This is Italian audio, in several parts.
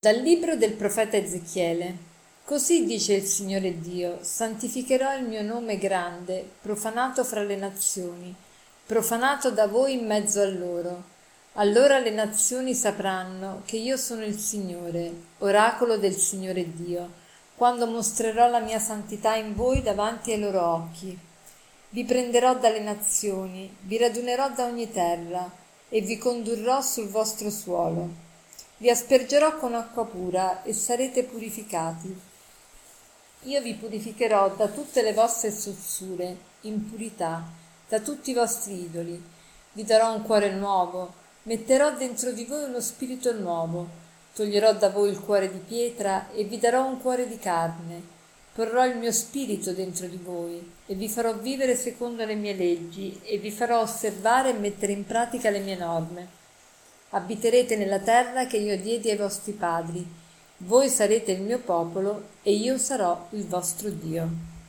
Dal libro del profeta Ezechiele. Così dice il Signore Dio: santificherò il mio nome grande, profanato fra le nazioni, profanato da voi in mezzo a loro. Allora le nazioni sapranno che io sono il Signore, oracolo del Signore Dio, quando mostrerò la mia santità in voi davanti ai loro occhi. Vi prenderò dalle nazioni, vi radunerò da ogni terra e vi condurrò sul vostro suolo. Vi aspergerò con acqua pura e sarete purificati. Io vi purificherò da tutte le vostre sozzure, impurità, da tutti i vostri idoli. Vi darò un cuore nuovo, metterò dentro di voi uno spirito nuovo, toglierò da voi il cuore di pietra e vi darò un cuore di carne. Porrò il mio spirito dentro di voi e vi farò vivere secondo le mie leggi e vi farò osservare e mettere in pratica le mie norme. Abiterete nella terra che io diedi ai vostri padri. Voi sarete il mio popolo e io sarò il vostro Dio.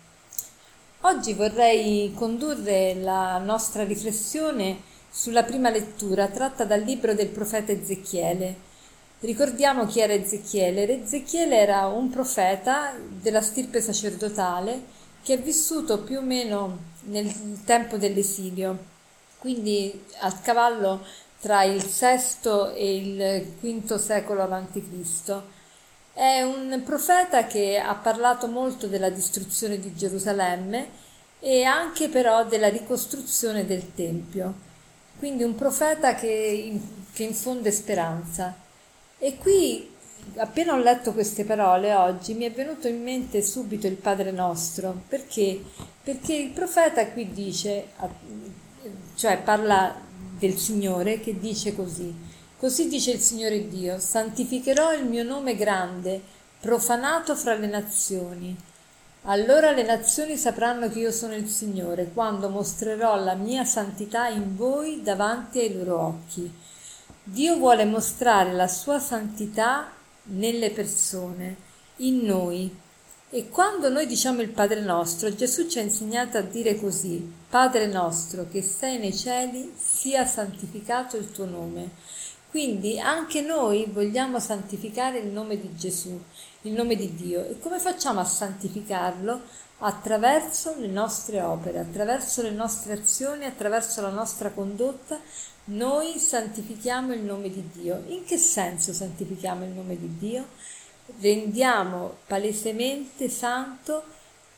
Oggi vorrei condurre la nostra riflessione sulla prima lettura tratta dal libro del profeta Ezechiele. Ricordiamo chi era Ezechiele. Ezechiele era un profeta della stirpe sacerdotale che è vissuto più o meno nel tempo dell'esilio, quindi a cavallo tra il VI e il V secolo a.C. È un profeta che ha parlato molto della distruzione di Gerusalemme e anche però della ricostruzione del Tempio. Quindi un profeta che infonde speranza. E qui, appena ho letto queste parole oggi, mi è venuto in mente subito il Padre Nostro. Perché? Perché il profeta qui dice, cioè parla del Signore, che dice così: così dice il Signore Dio: santificherò il mio nome grande, profanato fra le nazioni. Allora le nazioni sapranno che io sono il Signore, quando mostrerò la mia santità in voi davanti ai loro occhi. Dio vuole mostrare la sua santità nelle persone, in noi. E quando noi diciamo il Padre nostro, Gesù ci ha insegnato a dire così: Padre nostro che sei nei cieli, sia santificato il tuo nome. Quindi anche noi vogliamo santificare il nome di Gesù, il nome di Dio. E come facciamo a santificarlo? Attraverso le nostre opere, attraverso le nostre azioni, attraverso la nostra condotta. Noi santifichiamo il nome di Dio. In che senso santifichiamo il nome di Dio? Rendiamo palesemente santo,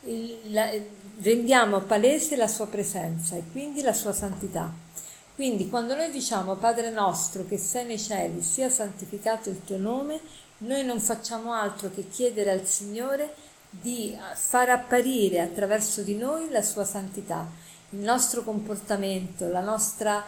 rendiamo palese la sua presenza e quindi la sua santità. Quindi quando noi diciamo Padre nostro che sei nei cieli, sia santificato il tuo nome, noi non facciamo altro che chiedere al Signore di far apparire attraverso di noi la sua santità, il nostro comportamento, la nostra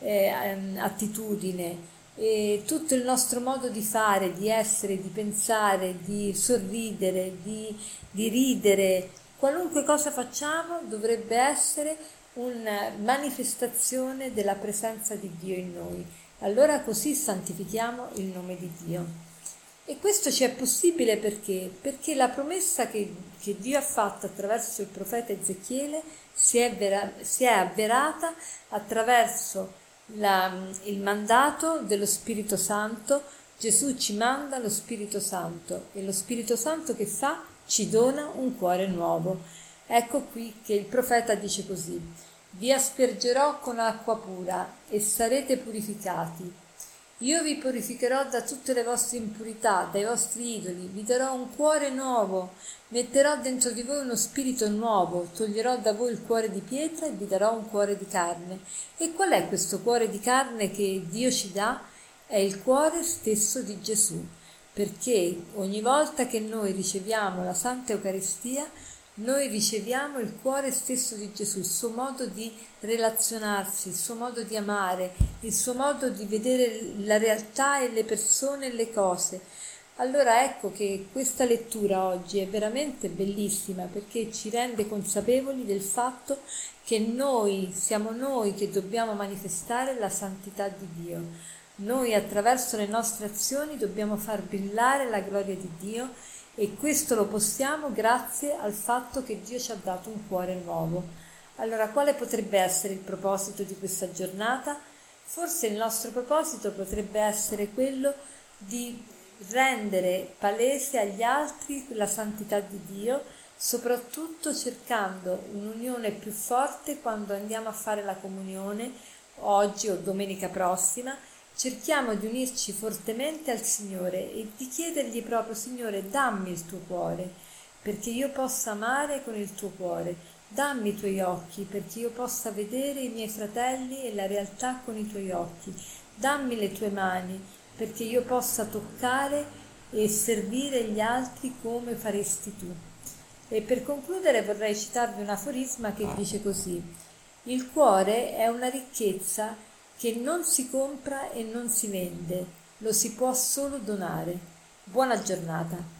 attitudine, e tutto il nostro modo di fare, di essere, di pensare, di sorridere, di ridere, qualunque cosa facciamo dovrebbe essere una manifestazione della presenza di Dio in noi. Allora così santifichiamo il nome di Dio. E questo ci è possibile perché la promessa che Dio ha fatto attraverso il profeta Ezechiele si è avverata attraverso il mandato dello Spirito Santo. Gesù ci manda lo Spirito Santo e lo Spirito Santo che fa? Ci dona un cuore nuovo. Ecco qui che il profeta dice così: vi aspergerò con acqua pura e sarete purificati. Io vi purificherò da tutte le vostre impurità, dai vostri idoli, vi darò un cuore nuovo, metterò dentro di voi uno spirito nuovo, toglierò da voi il cuore di pietra e vi darò un cuore di carne. E qual è questo cuore di carne che Dio ci dà? È il cuore stesso di Gesù, perché ogni volta che noi riceviamo la Santa Eucaristia, noi riceviamo il cuore stesso di Gesù, il suo modo di relazionarsi, il suo modo di amare, il suo modo di vedere la realtà e le persone e le cose. Allora ecco che questa lettura oggi è veramente bellissima, perché ci rende consapevoli del fatto che siamo noi che dobbiamo manifestare la santità di Dio. Noi attraverso le nostre azioni dobbiamo far brillare la gloria di Dio, e questo lo possiamo grazie al fatto che Dio ci ha dato un cuore nuovo. Allora, quale potrebbe essere il proposito di questa giornata? Forse il nostro proposito potrebbe essere quello di rendere palese agli altri la santità di Dio, soprattutto cercando un'unione più forte quando andiamo a fare la comunione, oggi o domenica prossima. Cerchiamo di unirci fortemente al Signore e di chiedergli proprio: Signore, dammi il tuo cuore, perché io possa amare con il tuo cuore. Dammi i tuoi occhi, perché io possa vedere i miei fratelli e la realtà con i tuoi occhi. Dammi le tue mani, perché io possa toccare e servire gli altri come faresti tu. E per concludere vorrei citarvi un aforisma che dice così: il cuore è una ricchezza che non si compra e non si vende, lo si può solo donare. Buona giornata.